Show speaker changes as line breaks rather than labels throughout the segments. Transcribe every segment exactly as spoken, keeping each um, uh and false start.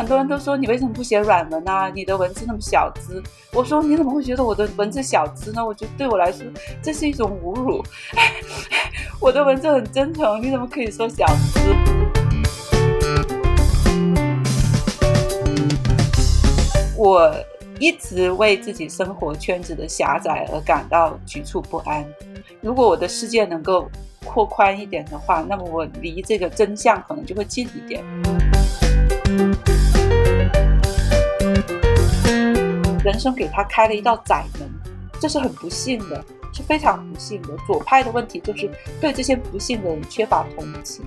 多人都说你为什么不写软文啊？你的文字那么小资。我说你怎么会觉得我的文字小资呢？我觉得对我来说这是一种侮辱。我的文字很真诚，你怎么可以说小资？我一直为自己生活圈子的狭窄而感到局促不安。如果我的世界能够扩宽一点的话，那么我离这个真相可能就会近一点。人生给他开了一道窄门，这是很不幸的，是非常不幸的。左派的问题就是对这些不幸的人缺乏同情。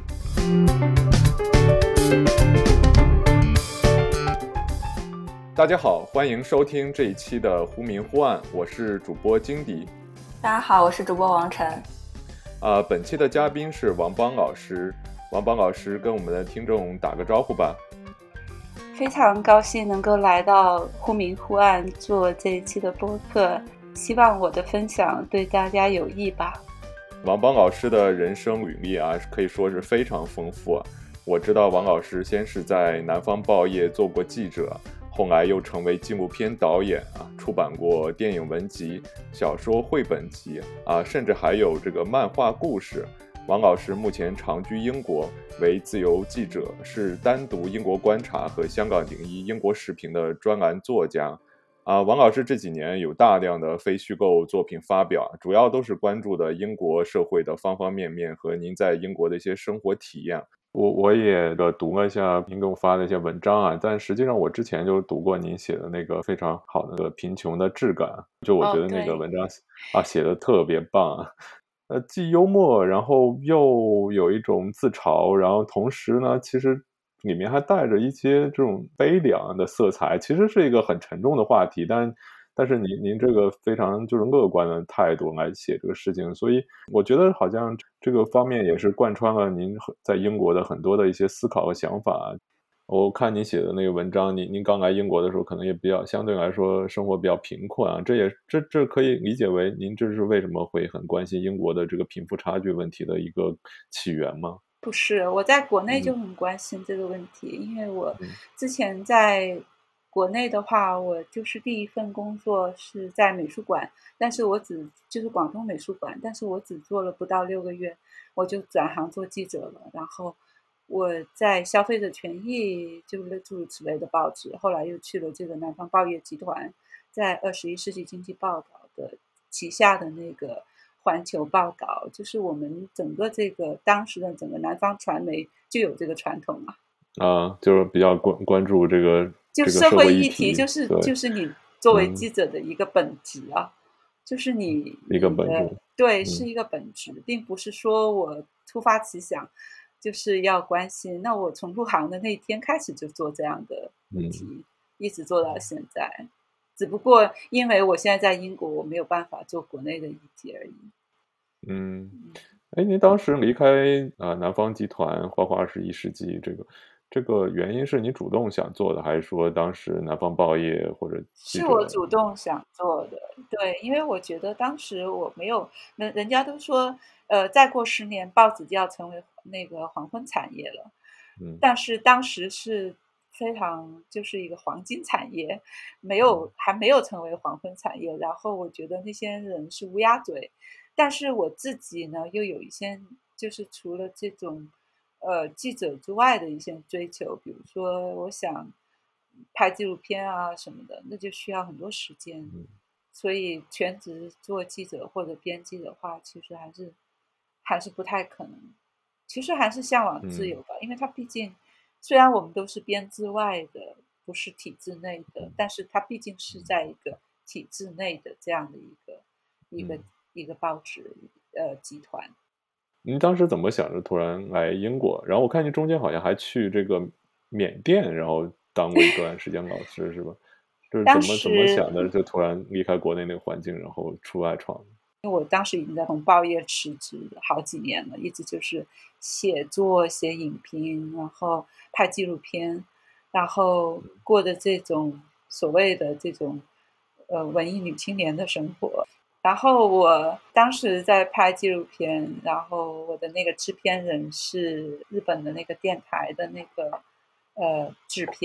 大家好，欢迎收听这一期的忽明忽暗，我是主播金迪。
大家好，我是主播王晨。
呃，本期的嘉宾是王邦老师，王邦老师跟我们的听众打个招呼吧。
非常高兴能够来到忽明忽暗做这一期的播客，希望我的分享对大家有益吧。
王邦老师的人生履历啊，可以说是非常丰富啊。我知道王老师先是在南方报业做过记者，后来又成为纪录片导演啊，出版过电影文集、小说绘本集啊，甚至还有这个漫画故事。王老师目前长居英国，为自由记者，是单独英国观察和香港零一英国时评的专栏作家。啊，王老师这几年有大量的非虚构作品发表，主要都是关注的英国社会的方方面面和您在英国的一些生活体验。我我也读了一下您给我发的一些文章啊，但实际上我之前就读过您写的那个非常好的贫穷的质感，就我觉得那个文章、哦、啊写的特别棒啊。呃，既幽默，然后又有一种自嘲，然后同时呢，其实里面还带着一些这种悲凉的色彩。其实是一个很沉重的话题，但但是您您这个非常就是乐观的态度来写这个事情，所以我觉得好像这个方面也是贯穿了您在英国的很多的一些思考和想法。我看您写的那个文章，您您刚来英国的时候，可能也比较相对来说生活比较贫困啊，这也这这可以理解为您这是为什么会很关心英国的这个贫富差距问题的一个起源吗？
不是，我在国内就很关心这个问题，
嗯、
因为我之前在国内的话，我就是第一份工作是在美术馆，但是我只就是广东美术馆，但是我只做了不到六个月，我就转行做记者了，然后我在消费者权益就是诸如此类的报纸，后来又去了这个南方报业集团，在二十一世纪经济报道的旗下的那个环球报稿，就是我们整个这个当时的整个南方传媒就有这个传统嘛。
啊，就是比较关关注这个
就
这个社会
议题，
议题，
就是
对，
就是你作为
嗯，
记者的一个本质啊，就是你
一个
你的
本质，
对，
嗯
是一个本质，并不是说我突发奇想就是要关心。那我从入行的那一天开始就做这样的议题，
嗯，
一直做到现在。只不过因为我现在在英国，我没有办法做国内的议题而已。
嗯，哎，您当时离开啊南方集团，包括二十一世纪这个这个原因是你主动想做的，还是说当时南方报业或者记
是我
者？
主动想做的，对，因为我觉得当时我没有，人人家都说，呃，再过十年报纸就要成为那个黄昏产业了，
嗯
但是当时是非常就是一个黄金产业，没
嗯
有还没有成为黄昏产业，然后我觉得那些人是乌鸦嘴，但是我自己呢又有一些就是除了这种呃记者之外的一些追求，比如说我想拍纪录片啊什么的，那就需要很多时间，
嗯
所以全职做记者或者编辑的话，其实还是还是不太可能。其实还是向往自
嗯
由吧，因为它毕竟虽然我们都是编制外的，不是体制内的，但是它毕竟是在一个体制内的这样的一个一个
嗯，
一个报纸呃集团。
您当时怎么想着突然来英国？然后我看您中间好像还去这个缅甸，然后当过一段时间老师，是吧？就是
当
怎么怎么
时
想的，就突然离开国内那个环境，然后出外闯？
因为我当时已经在从报业辞职好几年了，一直就是写作、写影评，然后拍纪录片，然后过的这种所谓的这种呃文艺女青年的生活。然后我当时在拍纪录片，然后我的那个制片人是日本的那个电台的那个呃制片，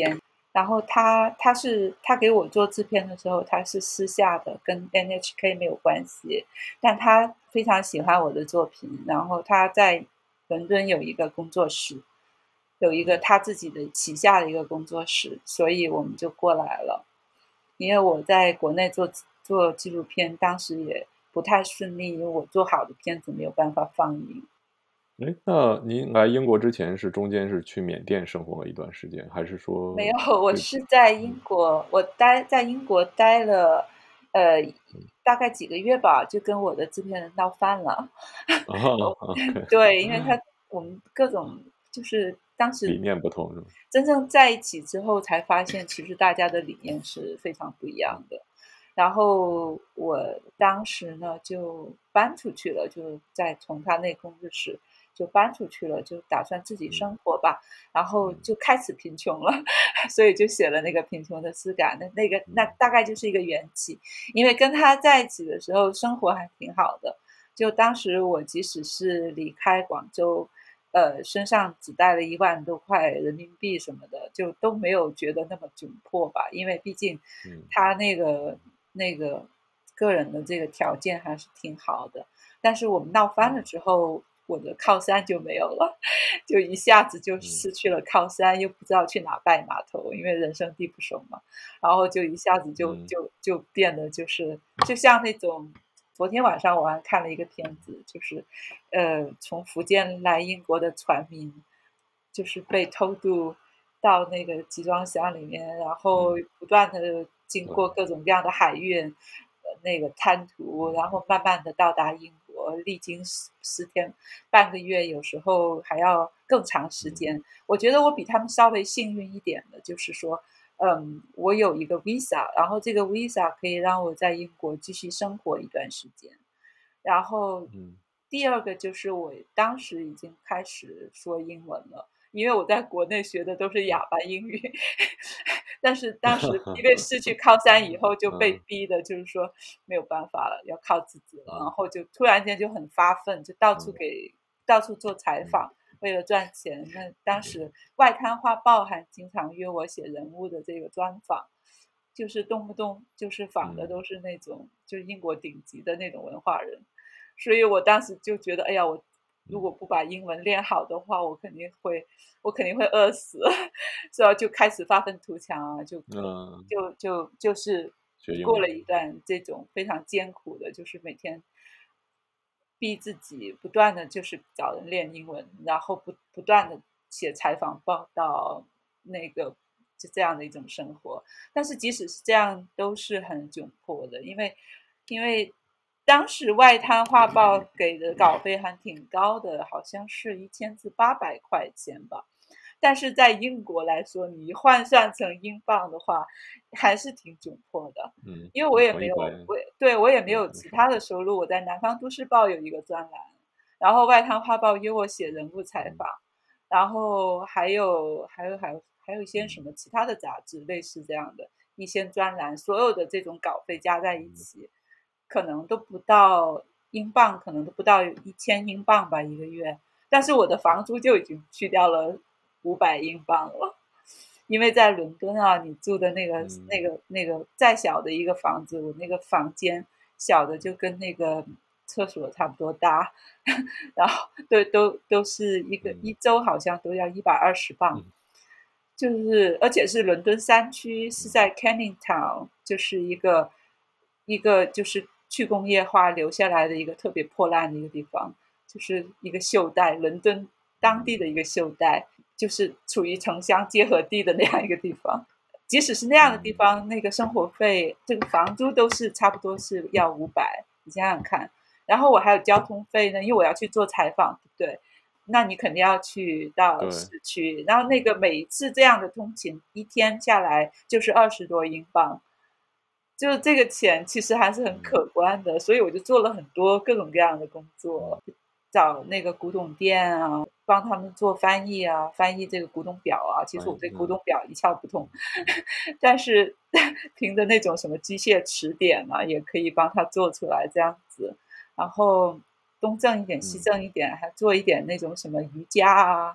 然后他他是他给我做制片的时候，他是私下的，跟 N H K 没有关系，但他非常喜欢我的作品，然后他在伦敦有一个工作室，有一个他自己的旗下的一个工作室，所以我们就过来了。因为我在国内做做纪录片，当时也不太顺利，因为我做好的片子没有办法放映。
哎，那您来英国之前是中间是去缅甸生活了一段时间，还是说
没有，我
就
是在英
嗯
国，我待在英国待了，呃，
嗯
大概几个月吧，就跟我的制片人闹翻了。
啊，OK，
对，因为他我们各种就是当时
理念不同是吗？
真正在一起之后，才发现其实大家的理念是非常不一样的。然后我当时呢就搬出去了，就在从他那工作室就搬出去了，就打算自己
嗯
生活吧。然后
嗯
就开始贫穷了，所以就写了那个贫穷的诗感。那那个那
嗯
大概就是一个缘起，因为跟他在一起的时候生活还挺好的。就当时我即使是离开广州，呃，身上只带了一万多块人民币什么的，就都没有觉得那么窘迫吧。因为毕竟
嗯
他那个那个个人的这个条件还是挺好的。但是我们闹翻了
嗯
之后，我的靠山就没有了，就一下子就
嗯
失去了靠山，又不知道去哪拜码头，因为人生地不熟嘛。然后就一下子就
嗯
就就变得就是就像那种，昨天晚上我还看了一个片子，就是呃从福建来英国的船民，就是被偷渡到那个集装箱里面，然后
嗯，
不断的经
对，
过各种各样的海运，呃那个滩途，
嗯
然后慢慢的到达英国，历经十十天半个月，有时候还要更长时
嗯
间。我觉得我比他们稍微幸运一点的，就是说，嗯，我有一个 visa，然后这个 visa 可以让我在英国继续生活一段时间。然后
嗯
第二个就是我当时已经开始说英文了，因为我在国内学的都是
嗯，
哑巴英语，但是当时因为失去靠山以后就被
嗯
逼的，就是说没有办法了，要靠自己了，然
嗯
后就突然间就很发奋，就到处
嗯
给到处做采
嗯
访，为了赚钱。那当时外滩画报还经常约我写人物的这个专访，就是动不动就是访的
嗯
都是那种就是英国顶级的那种文化人，所以我当时就觉得，哎呀，我如
嗯
果不把英文练好的话，我肯定会我肯定会饿死，所以就开始发愤图强啊，就
嗯，
就就就是
学英文，
过了一段这种非常艰苦的，就是每天逼自己不断的就是找人练英文，然后不不断的写采访报道，那个就这样的一种生活。但是即使是这样，都是很窘迫的，因为因为当时外滩画报给的稿费还挺高的，好像是一千字八百块钱吧。但是在英国来说，你换算成英镑的话，还是挺窘迫的。
嗯，
因为我也没有，
从一百
我也对我也没
嗯，
有其
没事，
他的收入。我在南方都市报有一个专栏，然后外滩画报约我写人物采
嗯
访，然后还有还有还有还有一些什
嗯
么其他的杂志，类似这样的一些专栏，所有的这种稿费加在一
嗯
起，可能都不到英镑，可能都不到一千英镑吧一个月。但是我的房租就已经去掉了五百英镑了。因为在伦敦啊，你住的那个
嗯
那个那个再小的一个房子，我那个房间小的就跟那个厕所差不多大，然后都都都是一个
嗯
一周好像都要一百二十镑，
嗯
就是而且是伦敦山区，是
嗯
在 Canning Town，就是一个一个就是去工业化留下来的一个特别破烂的一个地方，就是一个锈带，伦敦当地
嗯
的一个锈带，就是处于城乡结合地的那样一个地方。即使是那样的地
嗯
方，那个生活费，这个房租都是差不多是要五百，你想想看。然后我还有交通费呢，因为我要去做采访，对不对？那你肯定要去到
对，
市区，然后那个每一次这样的通勤，一天下来就是二十多英镑，就这个钱其实还是很
嗯
可观的，所以我就做了很多各种各样的工
嗯
作，找那个古董店啊，帮他们做翻译啊，翻译这个古董表啊。其实我对古
翻译嗯
董表一窍不通，
嗯
但是凭着那种什么机械词典啊，也可以帮他做出来这样子。然后东挣一点，西
嗯
挣一点，还做一点那种什么瑜伽啊，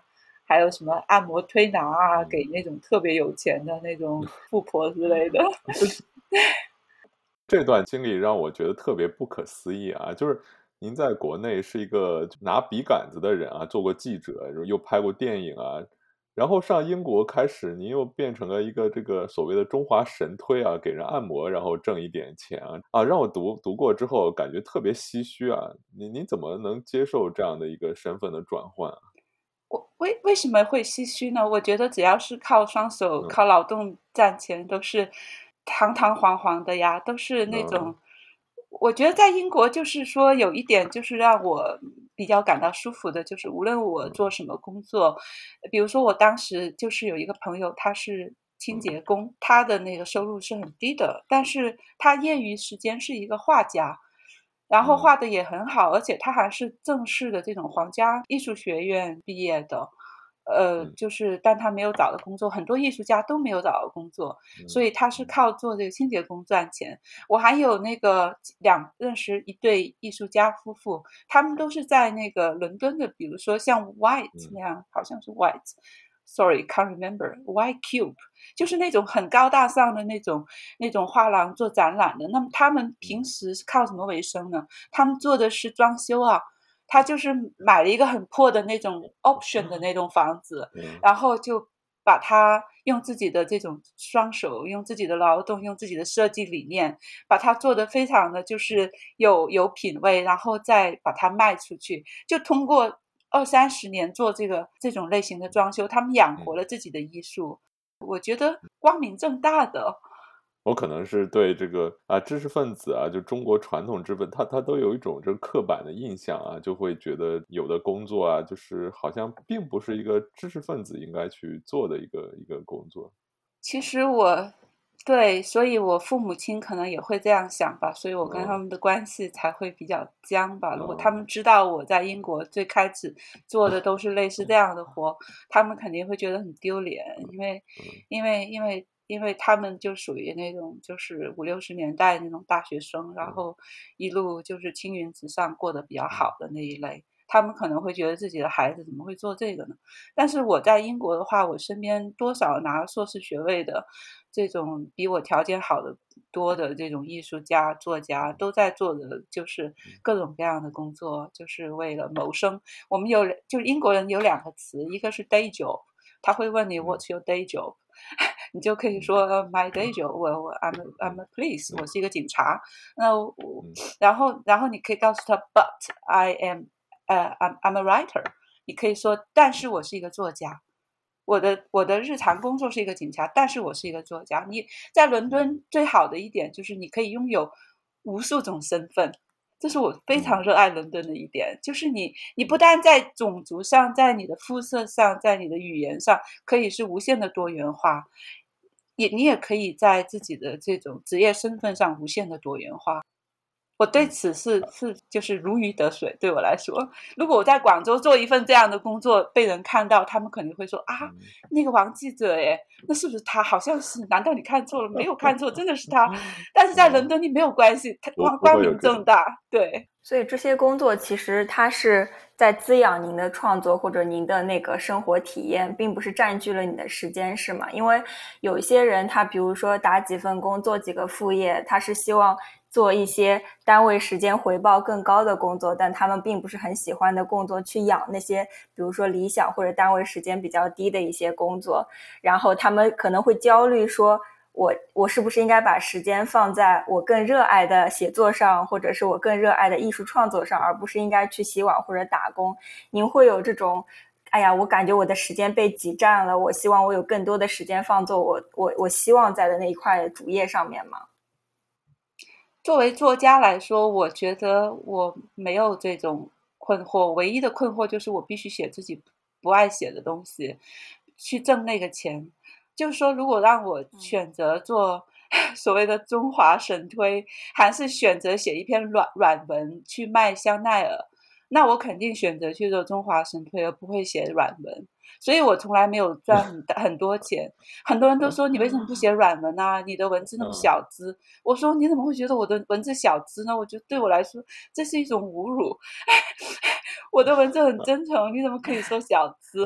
还有什么按摩推拿啊，
嗯
给那种特别有钱的那种富婆之类的。
这段经历让我觉得特别不可思议啊，就是您在国内是一个拿笔杆子的人啊，做过记者，又拍过电影啊，然后上英国开始，您又变成了一个这个所谓的中华神推啊，给人按摩，然后挣一点钱啊，啊，让我读读过之后感觉特别唏嘘啊，您您怎么能接受这样的一个身份的转换啊？
我为为什么会唏嘘呢？我觉得只要是靠双手、
嗯
靠劳动赚钱，都是堂堂皇皇的呀，都是那
嗯
种。我觉得在英国就是说有一点就是让我比较感到舒服的，就是无论我做
嗯
什么工作，比如说我当时就是有一个朋友，他是清
嗯
洁工，他的那个收入是很低的，但是他业余时间是一个画家。然后
嗯
画的也很好，而且他还是正式的这种皇家艺术学院毕业的。呃，
嗯
就是但他没有找到工作，很多艺术家都没有找到工作，所
嗯
以他是
嗯
靠做这个清洁工赚钱。我还有那个两认识一对艺术家夫妇，他们都是在那个伦敦的，比如说像 White
嗯
那样，好像是 White，sorry can't remember White Cube，就是那种很高大上的那种那种画廊做展览的。那么他们平
嗯
时是靠什么为生呢？他们做的是装修啊，他就是买了一个很破的那种 option 的那种房子，
嗯
然后就把它用自己的这种双手，用自己的劳动，用自己的设计理念，把它做得非常的就是有有品位，然后再把它卖出去，就通过二三十年做这个这种类型的装修，他们养活
嗯。
了自己的艺术。我觉得光明正大的。
我可能是对这个啊知识分子啊，就中国传统知识分他他都有一种这个刻板的印象啊，就会觉得有的工作啊，就是好像并不是一个知识分子应该去做的一个一个工作。
其实我对，所以我父母亲可能也会这样想吧，所以我跟他
嗯
们的关系才会比较僵吧。如果他们
嗯
知道我在英国最开始做的都是类似这样的活，他们肯定会觉得很丢脸，因为
嗯
因为因为因为他们就属于那种就是五六十年代那种大学生，然
嗯
后一路就是青云直上过得比较
嗯
好的那一类，他们可能会觉得自己的孩子怎么会做这个呢？但是我在英国的话，我身边多少拿硕士学位的这种比我条件好的多的这种艺术家、作家，都在做的就是各种各样的工作，就是为了谋生。我们有就英国人有两个词，一个是 day job，他会问你
嗯
What's your day job？你就可以
嗯
说呃 My day job，我我 I'm a, I'm a police，我是一个警察。那我
嗯
然后然后你可以告诉他，But I am 呃、uh, I'm I'm a writer。你可以说，但是我是一个作家。我的我的日常工作是一个警察，但是我是一个作家。你在伦敦最好的一点就是你可以拥有无数种身份，这是我非常
嗯
热爱伦敦的一点。就是你你不
嗯
但在种族上，在你的肤色上，在你的语言上，可以是无限的多元化，也你也可以在自己的这种职业身份上无限的多元化。我对
嗯
此是是就是如鱼得水，对我来说，如果我在广州做一份这样的工作，被人看到，他们可能会说啊，
嗯
那个王记者，诶，那是不是他？好像是，难道你看错了？没有看错，真的是他。但是在伦
嗯，
敦，你没有关系，他
不不
光光明
会有这样。
正大，对。
所以这些工作其实它是在滋养您的创作或者您的那个生活体验，并不是占据了你的时间，是吗？因为有一些人他比如说打几份工做几个副业，他是希望做一些单位时间回报更高的工作，但他们并不是很喜欢的工作去养那些比如说理想或者单位时间比较低的一些工作，然后他们可能会焦虑说我我是不是应该把时间放在我更热爱的写作上，或者是我更热爱的艺术创作上，而不是应该去洗碗或者打工。您会有这种哎呀我感觉我的时间被挤占了，我希望我有更多的时间放做我我我希望在的那一块主页上面吗？
作为作家来说，我觉得我没有这种困惑，唯一的困惑就是我必须写自己不爱写的东西，去挣那个钱。就是说，如果让我选择做所谓的中华神推，还是选择写一篇软软文去卖香奈儿，那我肯定选择去做中华神推，而不会写软文。所以我从来没有赚很大很多钱。很多人都说你为什么不写软文啊？你的文字那么
嗯
小资。我说你怎么会觉得我的文字小资呢？我觉得对我来说这是一种侮辱。我的文字很真诚，你怎么可以说小资？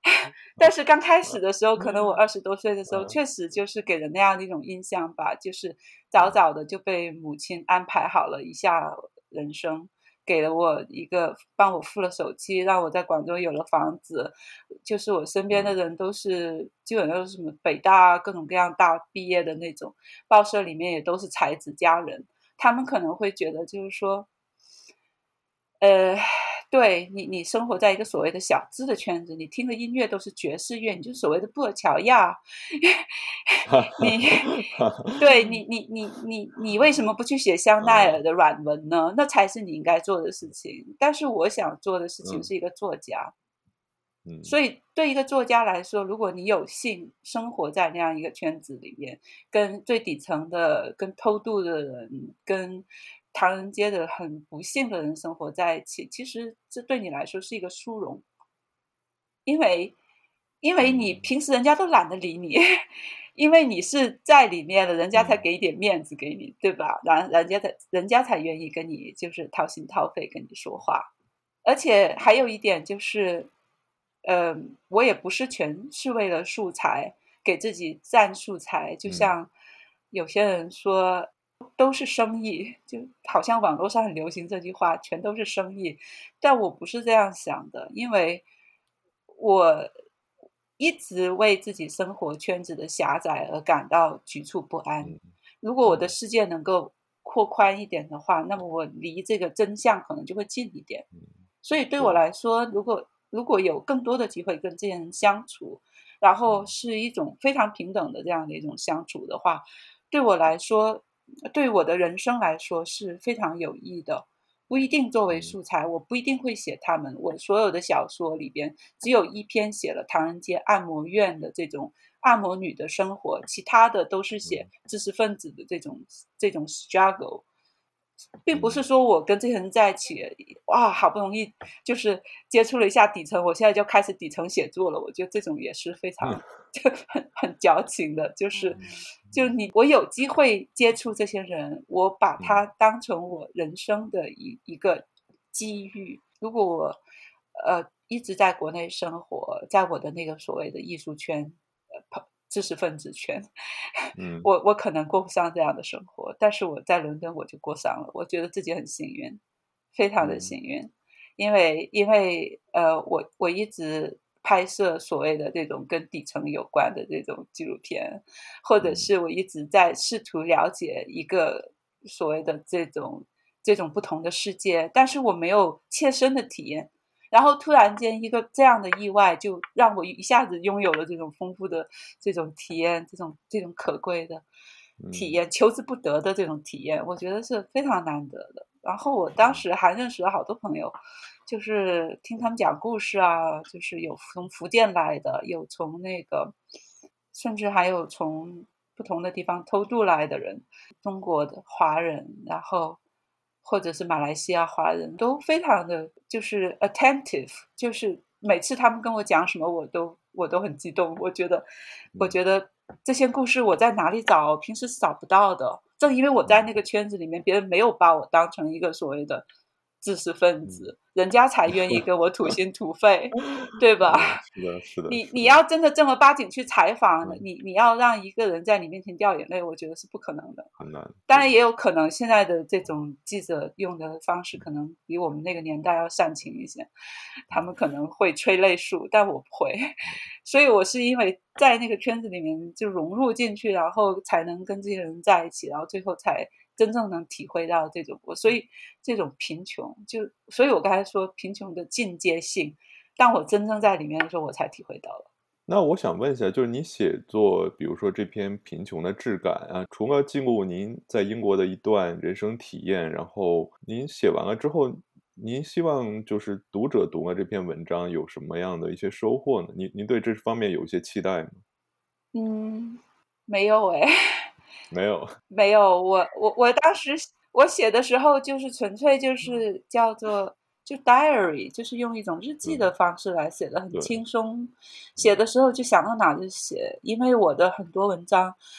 但是刚开始的时候，可能我二十多岁的时候，
嗯
确实就是给人那样的一种印象吧，就是早早的就被母亲安排好了一下人生，给了我一个，帮我付了首期，让我在广州有了房子。就是我身边的
嗯
人都是基本上都是什么北大各种各样大毕业的那种，报社里面也都是才子佳人，他们可能会觉得就是说。呃，对你，你生活在一个所谓的小资的圈子，你听的音乐都是爵士乐，你就是所谓的布尔乔亚，你，对你，你，你，你，你为什么不去写香奈儿
嗯
的软文呢？那才是你应该做的事情。但是我想做的事情
嗯
是一个作家，
嗯
所以对一个作家来说，如果你有幸生活在那样一个圈子里面，跟最底层的、跟偷渡的人、跟唐人街的很不幸的人生活在一起，其实这对你来说是一个殊荣，因为因为你
嗯
平时人家都懒得理你，因为你是在里面的，人家才
嗯
给一点面子给你，对吧？然人家才人家才愿意跟你就是掏心掏肺跟你说话。而且还有一点就是，呃，我也不是全是为了素材，给自己占素材。就
嗯
像有些人说，都是生意，就好像网络上很流行这句话，全都是生意。但我不是这样想的，因为我一直为自己生活圈子的狭窄而感到局促不安。
嗯
如果我的
嗯
世界能够扩宽一点的话，那么我离这个真相可能就会近一点。
嗯，
所以对我
对，
来说，如果如果有更多的机会跟这些人相处，然后
嗯
是一种非常平等的这样的一种相处的话，对我来说，对我的人生来说是非常有益的。不一定作为
嗯
素材，我不一定会写他们。我所有的小说里边，只有一篇写了唐人街按摩院的这种按摩女的生活，其他的都是写
嗯
知识分子的这种这种 struggle。并不是
嗯
说我跟这些人在一起，哇，好不容易就是接触了一下底层，我现在就开始底层写作了。我觉得这种也是非常就很很矫情的，就是就你我有机会接触这些人，我把他
嗯
当成我人生的一一个机遇。如果我呃一直在国内生活，在我的那个所谓的艺术圈、呃朋知识分子圈，
嗯
我我可能过不上这样的生活，但是我在伦敦我就过上了，我觉得自己很幸运，非常的
嗯
幸运，因为因为呃，我我一直拍摄所谓的这种跟底层有关的这种纪录片，或者
嗯
是我一直在试图了解一个所谓的这种这种不同的世界，但是我没有切身的体验。然后突然间一个这样的意外，就让我一下子拥有了这种丰富的这种体验，这种这种可贵的体
嗯
验，求之不得的这种体验，我觉得是非常难得的。然后我当
嗯
时还认识了好多朋友，就是听他们讲故事啊，就是有从福建来的，有从那个，甚至还有从不同的地方偷渡来的人，中国的华人，然后或者是马来西亚华人，都非常的就是 attentive，就是每次他们跟我讲什么，我都我都很激动。我觉得，我
嗯
觉得这些故事我在哪里找，平时是找不到的。正因为我在
嗯
那个圈子里面，别人没有把我当成一个所谓的知识分
嗯
子，人家才愿意跟我吐心吐肺，对吧？
嗯，是的，是的，
你
是的，
你要真的正儿八经去采访，
嗯，
你你要让一个人在你面前掉眼泪，我觉得是不可能的。
很难，对，
当然也有可能现在的这种记者用的方式可能比我们那个年代要煽情一些，他们可能会催泪树，但我不会。所以我是因为在那个圈子里面就融入进去，然后才能跟这些人在一起，然后最后才真正能体会到这种我，所以这种贫穷，就所以我刚才说贫穷的进阶性，当我真正在里面的时候，我才体会到了。
那我想问一下，就是你写作，比如说这篇《贫穷的质感》啊，除了记录您在英国的一段人生体验，然后您写完了之后，您希望就是读者读了这篇文章有什么样的一些收获呢？您您对这方面有一些期待吗？
嗯，没有哎。
没有，
没有，我我我当时我写的时候就是纯粹就是叫做就 diary，就是用一种日记的
嗯，
方式来写的，很
对，
轻松。写
嗯
的时候就想到哪就写，因为我的很多文章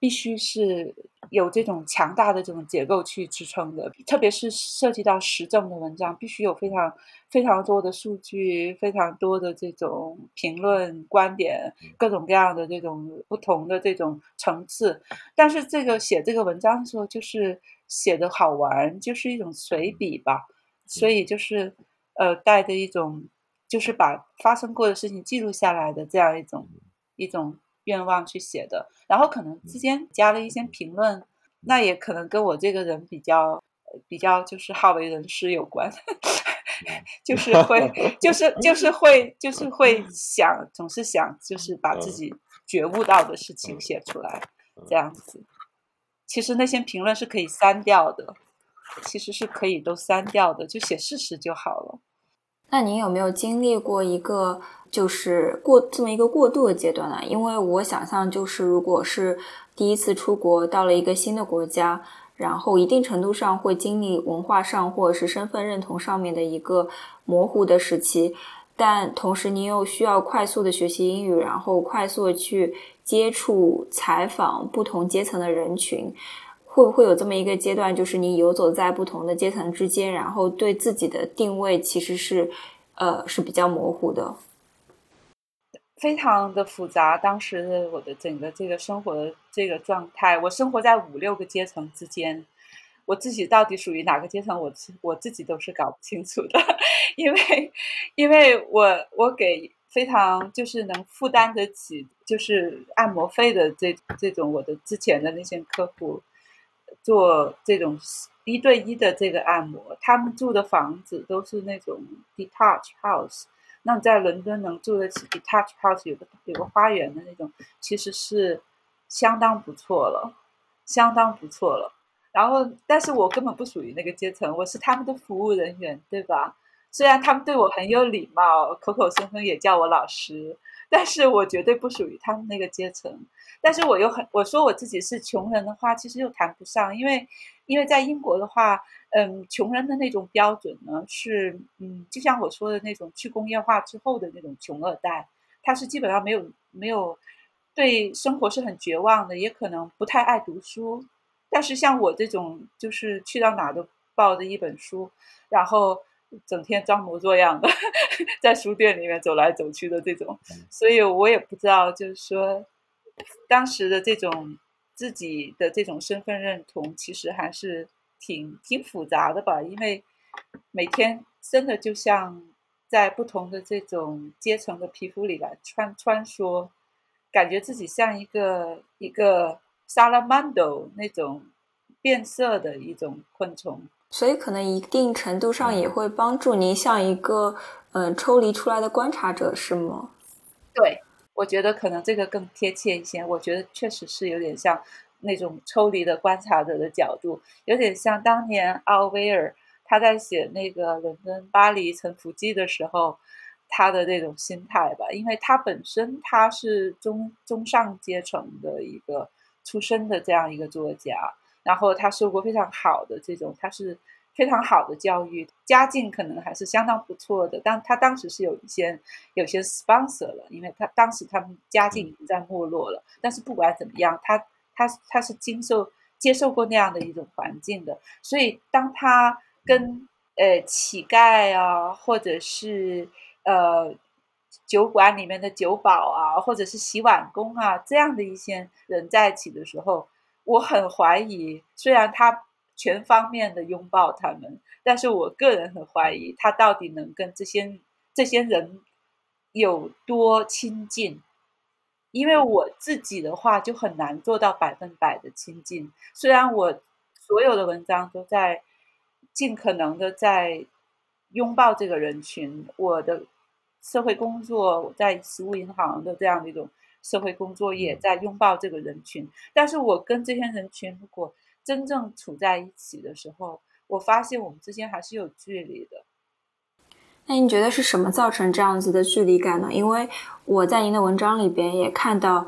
必须是有这种强大的这种结构去支撑的，特别是涉及到时政的文章，必须有非常非常多的数据，非常多的这种评论观点，各种各样的这种不同的这种层次。但是这个写这个文章的时候，就是写的好玩，就是一种随笔吧，所以就是呃带着一种就是把发生过的事情记录下来的这样一种一种愿望去写的，然后可能之间加了一些评论，那也可能跟我这个人比较比较就是好为人师有关，就是会就是就是会就是会想总是想就是把自己觉悟到的事情写出来，这样子。其实那些评论是可以删掉的，其实是可以都删掉的，就写事实就好了。
那您有没有经历过一个就是过这么一个过渡的阶段呢？因为我想象就是如果是第一次出国到了一个新的国家，然后一定程度上会经历文化上或者是身份认同上面的一个模糊的时期，但同时您又需要快速的学习英语，然后快速的去接触采访不同阶层的人群，会不会有这么一个阶段，就是你游走在不同的阶层之间，然后对自己的定位其实是呃是比较模糊的？
非常的复杂，当时的我的整个这个生活的这个状态，我生活在五六个阶层之间，我自己到底属于哪个阶层，我我自己都是搞不清楚的，因为因为我我给非常就是能负担得起就是按摩费的这这种我的之前的那些客户做这种一对一的这个按摩，他们住的房子都是那种 detached house。那在伦敦能住得起 detached house 有个有个花园的那种，其实是相当不错了，相当不错了。然后，但是我根本不属于那个阶层，我是他们的服务人员，对吧？虽然他们对我很有礼貌，口口声声也叫我老师，但是我绝对不属于他们那个阶层。但是我又很，我说我自己是穷人的话，其实又谈不上，因为因为在英国的话，嗯，穷人的那种标准呢是，嗯，就像我说的那种去工业化之后的那种穷二代，他是基本上没有没有对生活是很绝望的，也可能不太爱读书。但是像我这种，就是去到哪都抱着一本书，然后整天装模作样的在书店里面走来走去的这种，所以我也不知道，就是说当时的这种自己的这种身份认同，其实还是挺挺复杂的吧，因为每天真的就像在不同的这种阶层的皮肤里来穿穿梭，感觉自己像一个一个 salamandro 那种变色的一种昆虫。
所以可能一定程度上也会帮助您像一个嗯、呃、抽离出来的观察者，是吗？
对，我觉得可能这个更贴切一些。我觉得确实是有点像那种抽离的观察者的角度，有点像当年奥威尔他在写那个伦敦巴黎城府记的时候，他的那种心态吧。因为他本身他是中中上阶层的一个出身的这样一个作家，然后他受过非常好的这种，他是非常好的教育，家境可能还是相当不错的。但他当时是有一些有些 sponsor 了，因为他当时他们家境已经在没落了。但是不管怎么样，他他他是经受接受过那样的一种环境的，所以当他跟呃乞丐啊，或者是呃酒馆里面的酒保啊，或者是洗碗工啊这样的一些人在一起的时候，我很怀疑，虽然他全方面的拥抱他们，但是我个人很怀疑他到底能跟这些这些人有多亲近。因为我自己的话就很难做到百分百的亲近，虽然我所有的文章都在尽可能的在拥抱这个人群，我的社会工作，我在实务银行的这样的一种社会工作也在拥抱这个人群，但是我跟这些人群如果真正处在一起的时候，我发现我们之间还是有距离的。
那您觉得是什么造成这样子的距离感呢？因为我在您的文章里边也看到，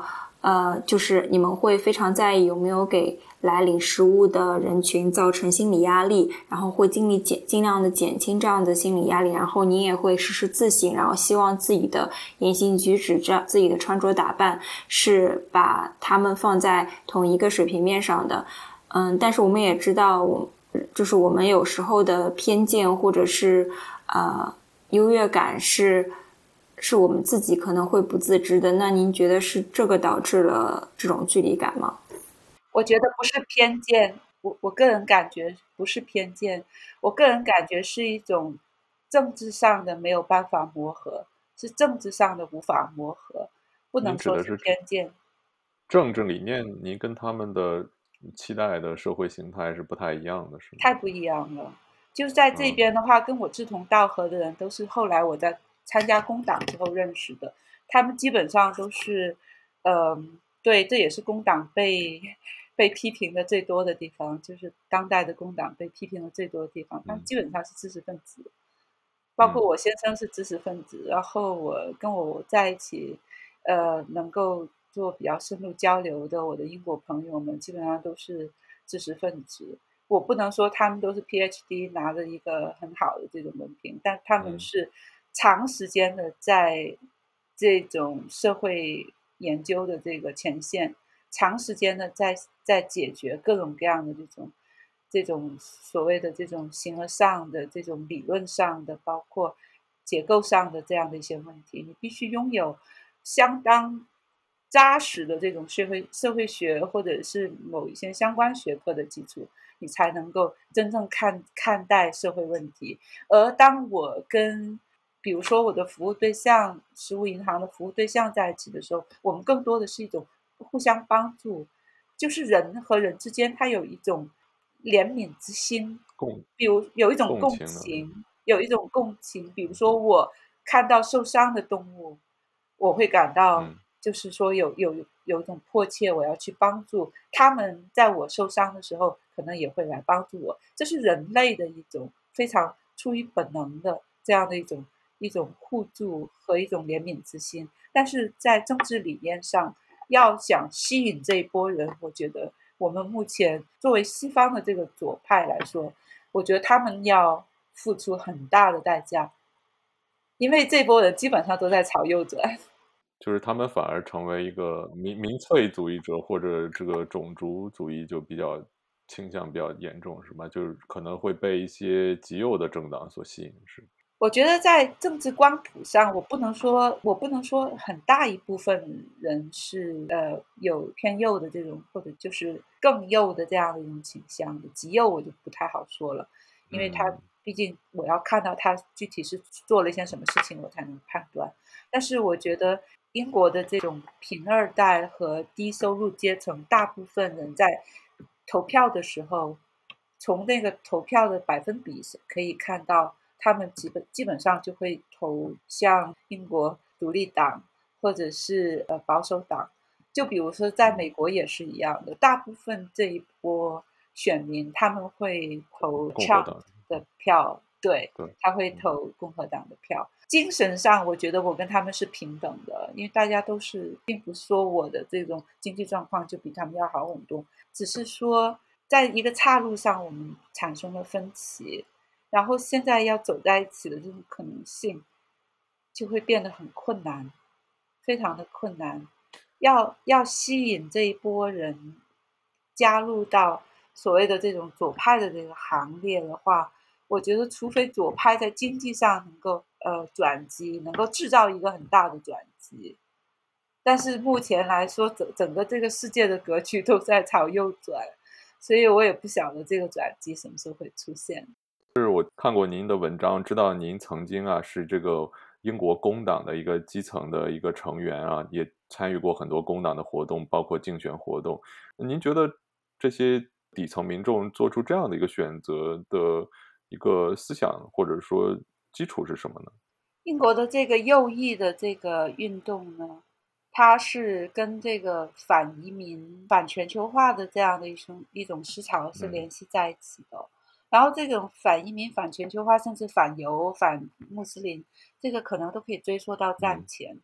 呃，就是你们会非常在意有没有给来领食物的人群造成心理压力，然后会尽力减尽量的减轻这样的心理压力，然后你也会时时自省，然后希望自己的言行举止这样自己的穿着打扮是把他们放在同一个水平面上的。嗯，但是我们也知道我就是我们有时候的偏见或者是呃优越感是是我们自己可能会不自知的，那您觉得是这个导致了这种距离感吗？
我觉得不是偏见，我我个人感觉不是偏见，我个人感觉是一种政治上的没有办法磨合，是政治上的无法磨合，不
您
能说是
指的是
偏见。
政治理念，您跟他们的期待的社会形态是不太一样的，是吗？
太不一样了。就是在这
嗯
边的话，跟我志同道合的人都是后来我在参加工党之后认识的，他们基本上都是，呃，对，这也是工党被被批评的最多的地方，就是当代的工党被批评的最多的地方，他们
嗯
基本上是知识分子。包括
嗯
我先生是知识分子，然后我跟我在一起，呃，能够做比较深入交流的我的英国朋友们，基本上都是知识分子。我不能说他们都是 PhD 拿着一个很好的这种文凭，但他们
嗯
是长时间的在这种社会研究的这个前线，长时间的在在解决各种各样的这种这种所谓的这种形而上的这种理论上的，包括结构上的这样的一些问题，你必须拥有相当扎实的这种社会社会学或者是某一些相关学科的基础，你才能够真正看看待社会问题。而当我跟比如说我的服务对象，食物银行的服务对象在一起的时候，我们更多的是一种互相帮助，就是人和人之间，他有一种怜悯之心，
共
比如有一种共
共情的，
情，有一种共情。比如说我看到受伤的动物，我会感到
嗯
就是说有有有一种迫切，我要去帮助他们，在我受伤的时候，可能也会来帮助我。这是人类的一种非常出于本能的这样的一种一种互助和一种怜悯之心。但是在政治理念上，要想吸引这一波人，我觉得我们目前作为西方的这个左派来说，我觉得他们要付出很大的代价，因为这波人基本上都在炒右转。
就是他们反而成为一个民民粹主义者，或者这个种族主义就比较倾向比较严重，是吧？就是可能会被一些极右的政党所吸引，是。
我觉得在政治光谱上，我不能说，我不能说很大一部分人是呃有偏右的这种，或者就是更右的这样的一种倾向的。极右我就不太好说了，因为他
嗯
毕竟我要看到他具体是做了一些什么事情，我才能判断。但是我觉得英国的这种贫二代和低收入阶层，大部分人在投票的时候，从那个投票的百分比是可以看到，他们基本基本上就会投像英国独立党或者是呃保守党。就比如说在
嗯，
美国也是一样的，大部分这一波选民他们会投
共和
Trump
党，
的票，对，
对，
他会
嗯
投共和党的票。精神上，我觉得我跟他们是平等的，因为大家都是，并不是说我的这种经济状况就比他们要好很多，只是说在一个岔路上我们产生了分歧，然后现在要走在一起的这种可能性就会变得很困难，非常的困难。要要吸引这一波人加入到所谓的这种左派的这个行列的话，我觉得除非左派在经济上能够呃转机，能够制造一个很大的转机，但是目前来说，整整个这个世界的格局都在朝右转，所以我也不晓得这个转机什么时候会出现。
看过您的文章，知道您曾经啊是这个英国工党的一个基层的一个成员啊，也参与过很多工党的活动，包括竞选活动。您觉得这些底层民众做出这样的一个选择的一个思想或者说基础是什么呢？
英国的这个右翼的这个运动呢，它是跟这个反移民、反全球化的这样的一种一种思潮是
嗯
联系在一起的。然后这种反移民、反全球化，甚至反犹、反穆斯林，这个可能都可以追溯到战
嗯
前。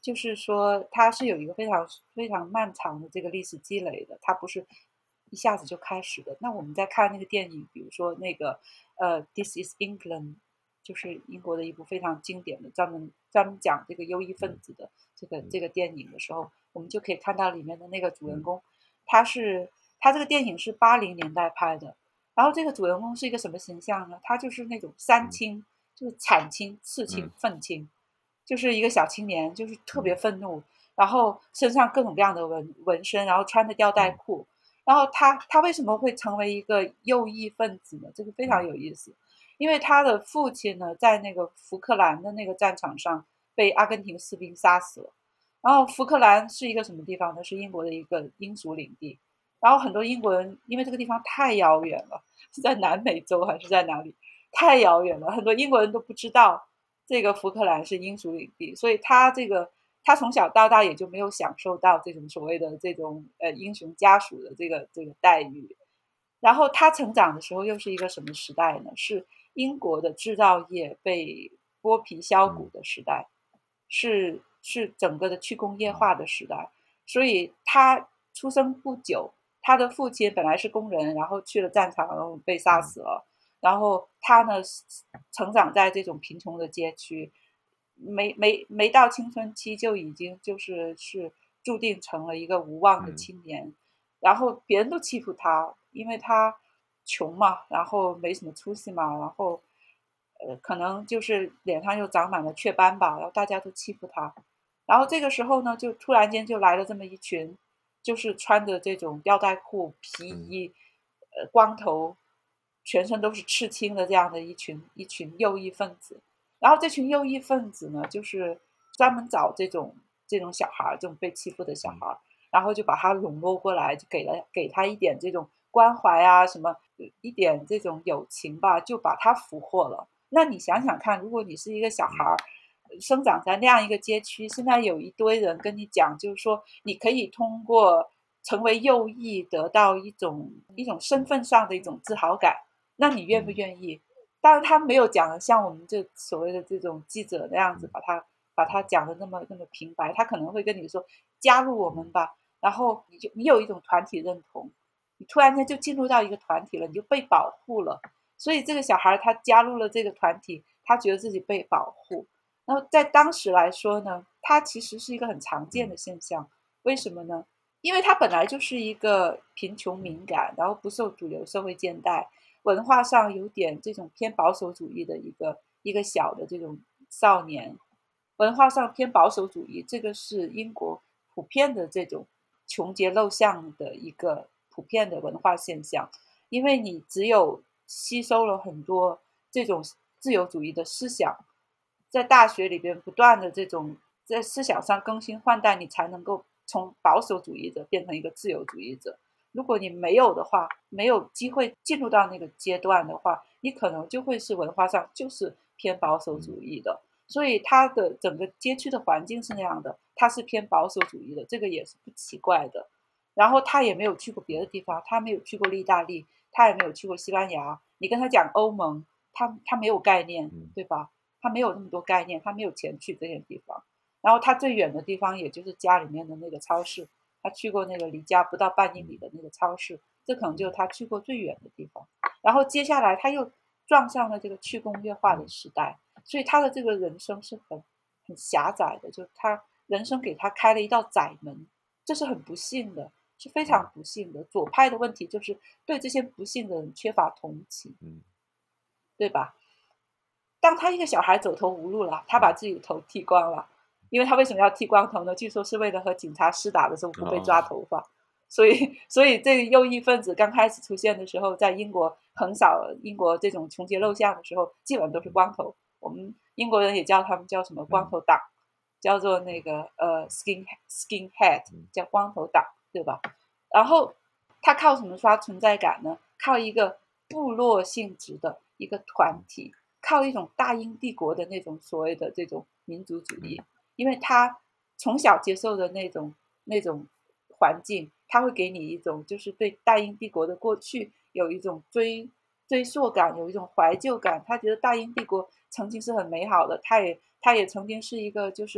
就是说它是有一个非常非常漫长的这个历史积累的，它不是一下子就开始的。那我们在看那个电影，比如说那个呃《This Is England》，就是英国的一部非常经典的专门专门讲这个优异分子的这个这个电影的时候，我们就可以看到里面的那个主人公，他是他这个电影是八零年代拍的，然后这个主人公是一个什么形象呢？他就是那种三亲，就是产亲、次亲、愤亲。就是一个小青年，就是特别愤怒，然后身上各种各样的纹纹身，然后穿着吊带裤，然后他他为什么会成为一个右翼分子呢？这个非常有意思，因为他的父亲呢，在那个福克兰的那个战场上被阿根廷士兵杀死了，然后福克兰是一个什么地方呢？是英国的一个英属领地，然后很多英国人因为这个地方太遥远了，是在南美洲还是在哪里？太遥远了，很多英国人都不知道。这个福克兰是英属领地，所以他这个他从小到大也就没有享受到这种所谓的这种呃英雄家属的这个这个待遇。然后他成长的时候又是一个什么时代呢？是英国的制造业被剥皮削骨的时代，是是整个的去工业化的时代。所以他出生不久，他的父亲本来是工人，然后去了战场，然后被杀死了。然后他呢，成长在这种贫穷的街区，没没没到青春期就已经就是是注定成了一个无望的青年，然后别人都欺负他，因为他穷嘛，然后没什么出息嘛，然后呃可能就是脸上又长满了雀斑吧，然后大家都欺负他，然后这个时候呢，就突然间就来了这么一群，就是穿着这种吊带裤、皮衣，呃光头。全身都是刺青的这样的一群一群右翼分子，然后这群右翼分子呢，就是专门找这种这种小孩，这种被欺负的小孩，然后就把他笼络过来，就给了给他一点这种关怀啊，什么一点这种友情吧，就把他俘获了。那你想想看，如果你是一个小孩，生长在那样一个街区，现在有一堆人跟你讲，就是说你可以通过成为右翼得到一种一种身份上的一种自豪感。那你愿不愿意？当然，他没有讲的像我们这所谓的这种记者那样子，把他把他讲的那么那么平白。他可能会跟你说加入我们吧，然后你就你有一种团体认同，你突然间就进入到一个团体了，你就被保护了。所以这个小孩他加入了这个团体，他觉得自己被保护。然后在当时来说呢，他其实是一个很常见的现象。为什么呢？因为他本来就是一个贫穷敏感，然后不受主流社会见待。文化上有点这种偏保守主义的一个一个小的这种少年，文化上偏保守主义，这个是英国普遍的这种穷节陋巷的一个普遍的文化现象。因为你只有吸收了很多这种自由主义的思想，在大学里边不断的这种在思想上更新换代，你才能够从保守主义者变成一个自由主义者。如果你没有的话，没有机会进入到那个阶段的话，你可能就会是文化上就是偏保守主义的。所以它的整个街区的环境是那样的，它是偏保守主义的，这个也是不奇怪的。然后他也没有去过别的地方，他没有去过意大利，他也没有去过西班牙。你跟他讲欧盟，他他没有概念，对吧？他没有那么多概念，他没有钱去这些地方。然后他最远的地方也就是家里面的那个超市。他去过那个离家不到半英里的那个超市，这可能就是他去过最远的地方。然后接下来他又撞上了这个去工业化的时代，所以他的这个人生是很很狭窄的，就他人生给他开了一道窄门，这是很不幸的，是非常不幸的。左派的问题就是对这些不幸的人缺乏同情，对吧？当他一个小孩走投无路了，他把自己的头剃光了。因为他为什么要剃光头呢？据说是为了和警察厮打的时候不被抓头发。所以，所以这个右翼分子刚开始出现的时候，在英国横扫英国这种穷街陋巷的时候，基本都是光头。我们英国人也叫他们叫什么光头党，叫做那个呃 skin skinhead， 叫光头党，对吧？然后他靠什么刷存在感呢？靠一个部落性质的一个团体，靠一种大英帝国的那种所谓的这种民族主义。因为他从小接受的那种那种环境，他会给你一种就是对大英帝国的过去有一种追追溯感，有一种怀旧感。他觉得大英帝国曾经是很美好的，他也他也曾经是一个就是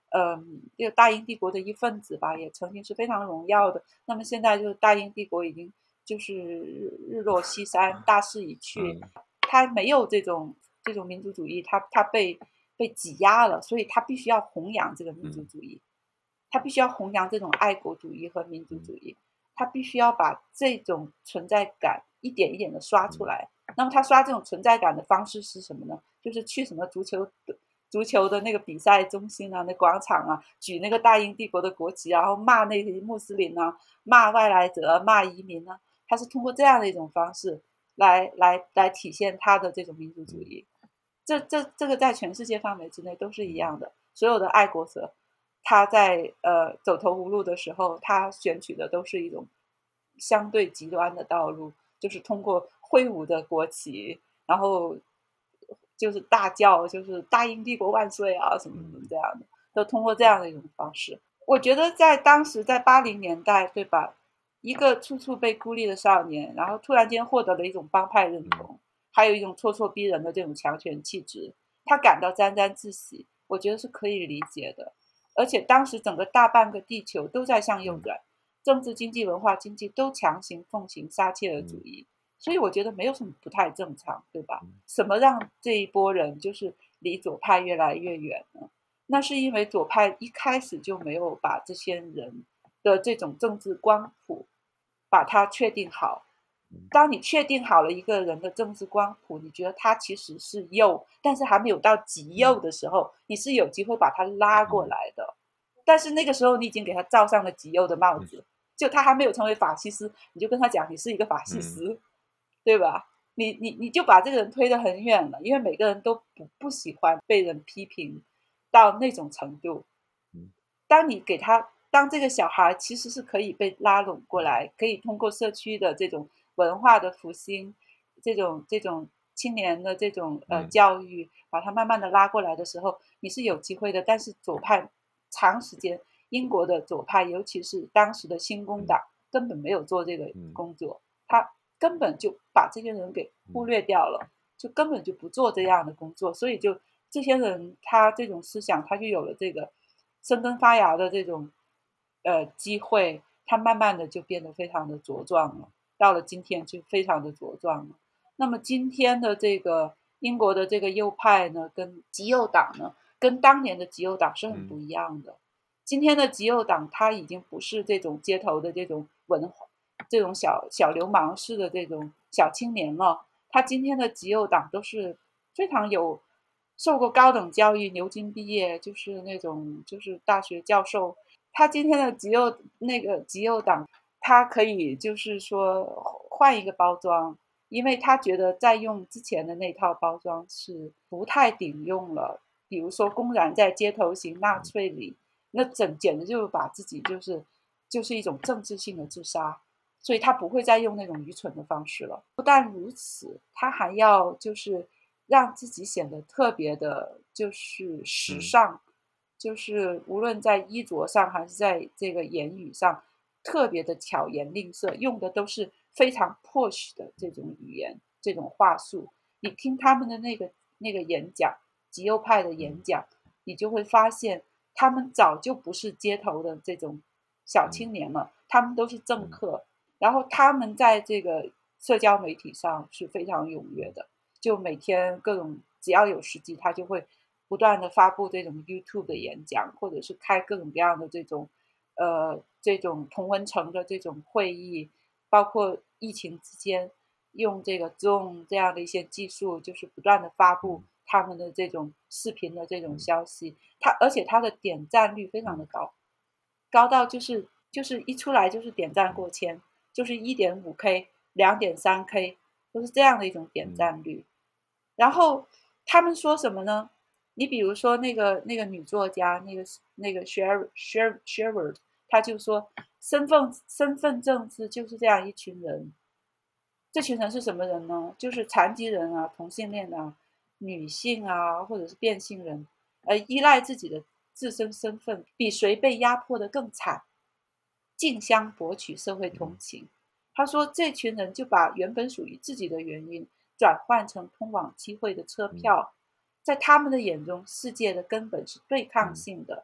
嗯，这个大英帝国的一份子吧，也曾经是非常荣耀的。那么现在就是大英帝国已经就是日日落西山，大势已去，
嗯
他没有这种这种民族主义，他他被被挤压了，所以他必须要弘扬这个民族
嗯
主义，他必须要弘扬这种爱国主义和民族
嗯
主义，他必须要把这种存在感一点一点的刷出
嗯
来。那么他刷这种存在感的方式是什么呢？就是去什么足球足球的那个比赛中心啊，那广场啊，举那个大英帝国的国旗，然后骂那些穆斯林啊，骂外来者，骂移民啊，他是通过这样的一种方式来来来体现他的这种民族主
嗯
义。这这这个在全世界范围之内都是一
嗯
样的，所有的爱国者，他在呃走投无路的时候，他选取的都是一种相对极端的道路，就是通过挥舞的国旗，然后就是大叫，就是大英帝国万岁啊，什么什么
嗯
这样的，都通过这样的一种方式。我觉得在当时，在八零年代，对吧？一个处处被孤立的少年，然后突然间获得了一种帮派认
嗯
同，还有一种咄咄逼人的这种强权气质，他感到沾沾自喜，我觉得是可以理解的。而且当时整个大半个地球都在向右
嗯
转，政治、经济、文化、经济都强行奉行撒切尔主
嗯
义，所以我觉得没有什么不太正常，对吧？
嗯
什么让这一波人就是离左派越来越远呢？那是因为左派一开始就没有把这些人的这种政治光谱把它确定好。当你确定好了一个人的政治光谱，你觉得他其实是右，但是还没有到极右的时候，你是有机会把他拉过
嗯
来的。但是那个时候你已经给他罩上了极右的帽
嗯
子，就他还没有成为法西斯，你就跟他讲你是一个法西
嗯
斯，对吧？你你你就把这个人推得很远了，因为每个人都不不喜欢被人批评到那种程度。
嗯
当你给他，当这个小孩其实是可以被拉拢过来，可以通过社区的这种文化的复兴，这种这种青年的这种呃
嗯
教育，把他慢慢的拉过来的时候，你是有机会的。但是左派长时间，英国的左派，尤其是当时的新工党，根本没有做这个
嗯
工作，他根本就把这些人给忽略掉了，就根本就不做这样的工作，所以就这些人他这种思想，他就有了这个生根发芽的这种呃机会，他慢慢的就变得非常的茁壮了，到了今天就非常的茁壮了。那么今天的这个英国的这个右派呢，跟极右党呢，跟当年的极右党是很不
嗯
一样的。今天的极右党，它已经不是这种街头的这种文化，这种小小流氓式的这种小青年了。他今天的极右党都是非常有受过高等教育，牛津毕业，就是那种就是大学教授。他今天的极右那个极右党，他可以就是说换一个包装，因为他觉得再用之前的那套包装是不太顶用了。比如说公然在街头行纳粹礼，那整简直就是把自己就是就是一种政治性的自杀。所以他不会再用那种愚蠢的方式了。不但如此，他还要就是让自己显得特别的，就是时
嗯
尚，就是无论在衣着上还是在这个言语上，特别的巧言令色，用的都是非常 push 的这种语言、这种话术。你听他们的那个那个演讲，极右派的演讲，你就会发现，他们早就不是街头的这种小青年了，他们都是政客。然后他们在这个社交媒体上是非常踊跃的，就每天各种只要有时机，他就会不断的发布这种 YouTube 的演讲，或者是开各种各样的这种呃这种同文层的这种会议，包括疫情之间用这个 Zoom 这样的一些技术，就是不断的发布他们的这种视频的这种消息，他而且他的点赞率非常的高，高到就是就是一出来就是点赞过千。就是 一点五 K、两点三 K，都是这样的一种点赞率。然后他们说什么呢？你比如说那个那个女作家，那个那个 Sher Sher Sherwood，她就说身份身份政治就是这样一群人。这群人是什么人呢？就是残疾人啊、同性恋啊、女性啊，或者是变性人，而依赖自己的自身身份，比谁被压迫的更惨。竞相博取社会同情。他说，这群人就把原本属于自己的原因转换成通往机会的车票，在他们的眼中，世界的根本是对抗性的，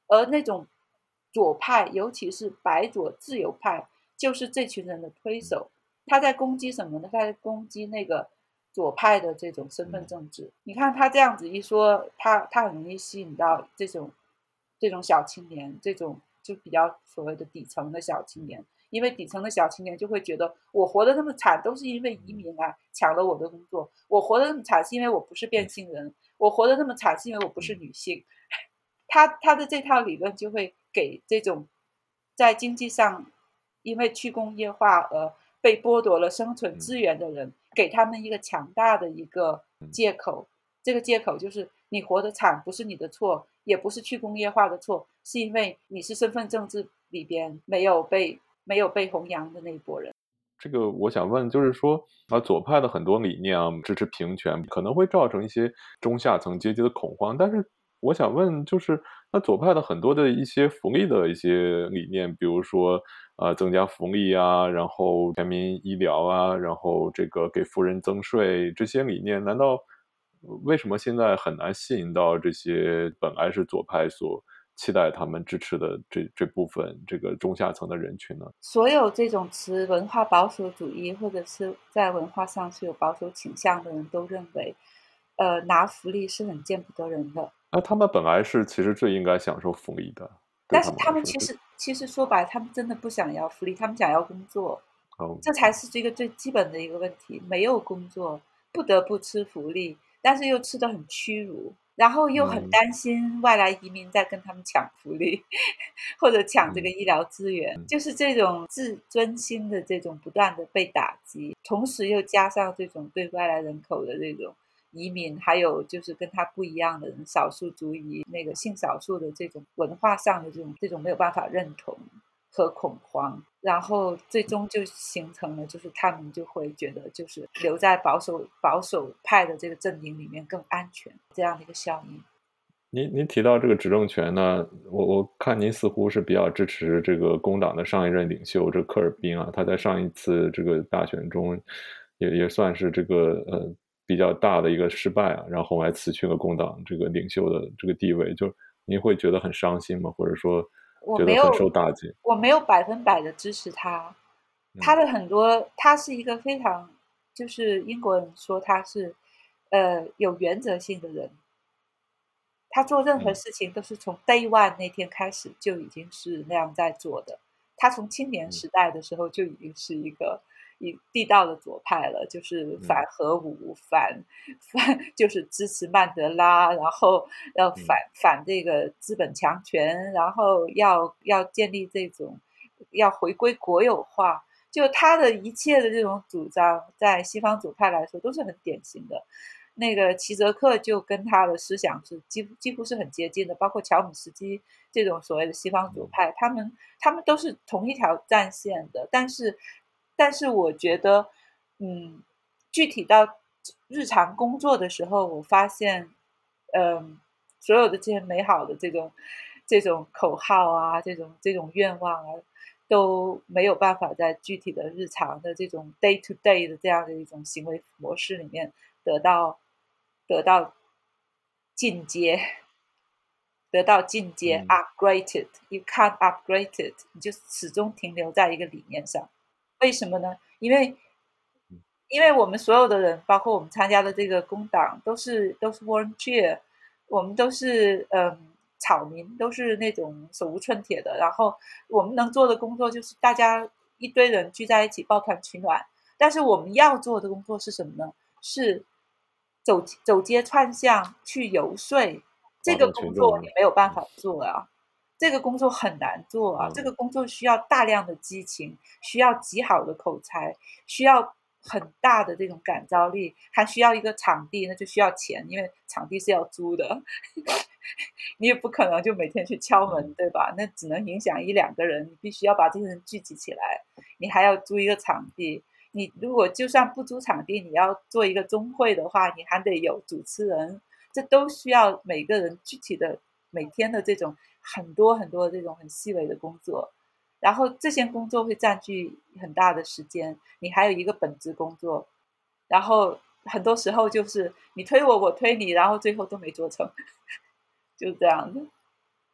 而那种左派，尤其是白左自由派，就是这群人的推手。他在攻击什么呢？他在攻击那个左派的这种身份政治。你看他这样子一说，他他很容易吸引到这种这种小青年，这种就比较所谓的底层的小青年。因为底层的小青年就会觉得，我活得那么惨，都是因为移民啊抢了我的工作；我活得那么惨，是因为我不是变性人；我活得那么惨，是因为我不是女性。他他的这套理论就会给这种在经济上因为去工业化而被剥夺了生存资源的人，给他们一个强大的一个借口。这个借口就是你活得惨不是你的错，也不是去工业化的错，是因为你是身份政治里边没有被没有被弘扬的那一波人。
这个我想问，就是说啊，左派的很多理念啊，支持平权，可能会造成一些中下层阶级的恐慌。但是我想问，就是那左派的很多的一些福利的一些理念，比如说呃增加福利啊，然后全民医疗啊，然后这个给富人增税这些理念，难道呃为什么现在很难吸引到这些本来是左派所期待他们支持的这这部分这个中下层的人群呢？
所有这种持文化保守主义或者是在文化上是有保守倾向的人都认为，呃，拿福利是很见不得人的。
那他们本来是其实最应该享受福利的，对
但是
他们来说，对。
他们其实其实说白了，他们真的不想要福利，他们想要工作。
哦，
这才是这个最基本的一个问题。没有工作，不得不吃福利，但是又吃得很屈辱，然后又很
嗯，
担心外来移民在跟他们抢福利，或者抢这个
嗯，
医疗资源，
嗯，
就是这种自尊心的这种不断的被打击，同时又加上这种对外来人口的这种移民，还有就是跟他不一样的人，少数族裔那个性少数的这种文化上的这种这种没有办法认同和恐慌，然后最终就形成了，就是他们就会觉得，就是留在保守保守派的这个阵营里面更安全，这样的一个效应。
您您提到这个执政权呢，我我看您似乎是比较支持这个工党的上一任领袖这科尔宾啊，他在上一次这个大选中也也算是这个呃比较大的一个失败啊，然后后来辞去了工党这个领袖的这个地位，就您会觉得很伤心吗？或者说觉得很
我没有
受打击？
我没有百分百的支持他，他
嗯
的很多他是一个非常就是英国人说他是，呃，有原则性的人。他做任何
嗯
事情都是从 day one 那天开始就已经是那样在做的。他从青年
嗯
时代的时候就已经是一个一地道的左派了，就是
嗯
反核武，反反就是支持曼德拉，然后要反
嗯
反这个资本强权，然后要要建立这种要回归国有化。就他的一切的这种主张，在西方左派来说都是很典型的。那个齐泽克就跟他的思想是几乎几乎是很接近的，包括乔姆斯基这种所谓的西方左
嗯
派，他们他们都是同一条战线的。但是，但是我觉得，嗯，具体到日常工作的时候，我发现，嗯，所有的这些美好的这种这种口号啊，这种这种愿望啊，都没有办法在具体的日常的这种 day to day 的这样的一种行为模式里面得到得到进阶，得到进阶
嗯
upgraded，you can't upgrade it，你就始终停留在一个理念上。为什么呢？因为
嗯
因为我们所有的人，包括我们参加的这个工党，都是都是 volunteer，我们都是嗯草民，都是那种手无寸铁的。然后我们能做的工作就是大家一堆人聚在一起抱团取暖。但是我们要做的工作是什么呢？是走走街串巷去游说。这
劳动
个工
群众，
作你没有办
嗯
法做啊，这个工作很难做啊，这
嗯
个工作需要大量的激情，需要极好的口才，需要很大的这种感召力，还需要一个场地，那就需要钱，因为场地是要租的。你也不可能就每天去敲门，
嗯
对吧？那只能影响一两个人，你必须要把这些人聚集起来，你还要租一个场地。你如果就算不租场地，你要做一个中会的话，你还得有主持人，这都需要每个人具体的每天的这种很多很多这种很细微的工作。然后这些工作会占据很大的时间，你还有一个本职工作，然后很多时候就是你推我，我推你，然后最后都没做成，就是这样的。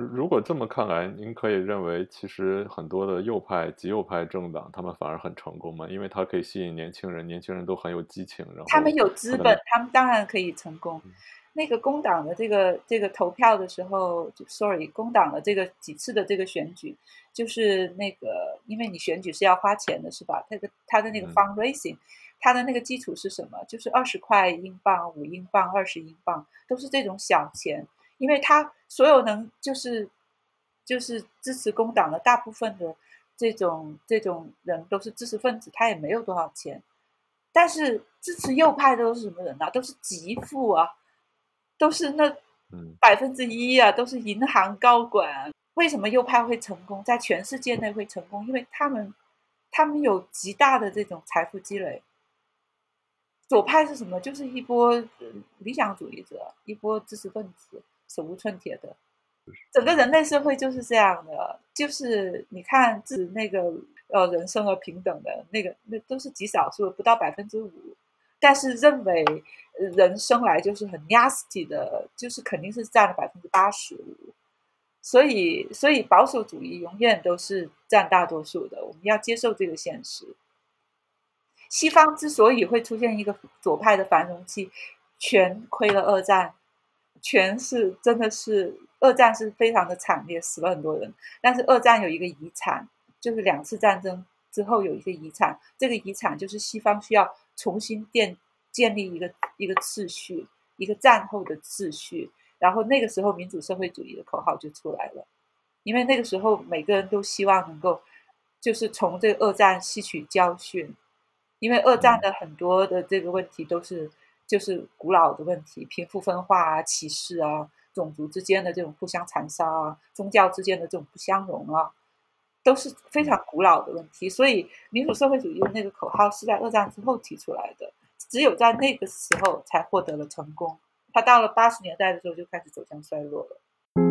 如果这么看来，您可以认为其实很多的右派、极右派政党，他们反而很成功吗？因为它可以吸引年轻人，年轻人都很有激情，然
他们
后
有资本，
他的
他们当然可以成功。
嗯
那个工党的这个这个投票的时候就，sorry，工党的这个几次的这个选举，就是那个，因为你选举是要花钱的，是吧？它的它的那个
嗯
fundraising，它的那个基础是什么？就是二十块英镑、五英镑、二十英镑，都是这种小钱。因为他所有能就是就是支持工党的大部分的这种这种人都是知识分子，他也没有多少钱。但是支持右派的都是什么人啊？都是极富啊，都是那
嗯
百分之一啊，都是银行高管啊。为什么右派会成功，在全世界内会成功？因为他们他们有极大的这种财富积累。左派是什么？就是一波呃理想主义者，一波知识分子，手无寸铁的。整个人类社会就是这样的，就是你看，指那个呃人生而平等的那个，那都是极少数，不到百分之五。但是认为呃人生来就是很 nasty 的，就是肯定是占了百分之八十五。所以，所以保守主义永远都是占大多数的，我们要接受这个现实。西方之所以会出现一个左派的繁荣期，全亏了二战，全是真的是二战是非常的惨烈，死了很多人。但是二战有一个遗产，就是两次战争之后有一个遗产，这个遗产就是西方需要重新建建立一个一个秩序，一个战后的秩序。然后那个时候民主社会主义的口号就出来了，因为那个时候每个人都希望能够就是从这个二战吸取教训。因为二战的很多的这个问题都是就是古老的问题，贫富分化啊、歧视啊、种族之间的这种互相残杀啊、宗教之间的这种不相容啊，都是非常古老的问题。所以民主社会主义的那个口号是在二战之后提出来的，只有在那个时候才获得了成功。它到了八十年代的时候就开始走向衰落了。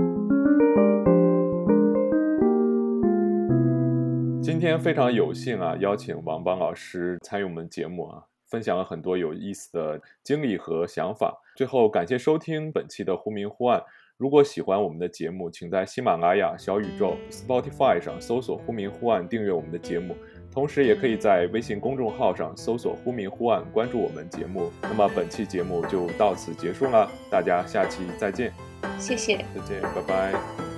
今天非常有幸啊，邀请王邦老师参与我们节目啊，分享了很多有意思的经历和想法。最后，感谢收听本期的忽明忽暗。如果喜欢我们的节目，请在喜马拉雅、小宇宙、Spotify 上搜索忽明忽暗，订阅我们的节目。同时，也可以在微信公众号上搜索忽明忽暗，关注我们节目。那么，本期节目就到此结束了，大家下期再见。
谢谢，
再见，拜拜。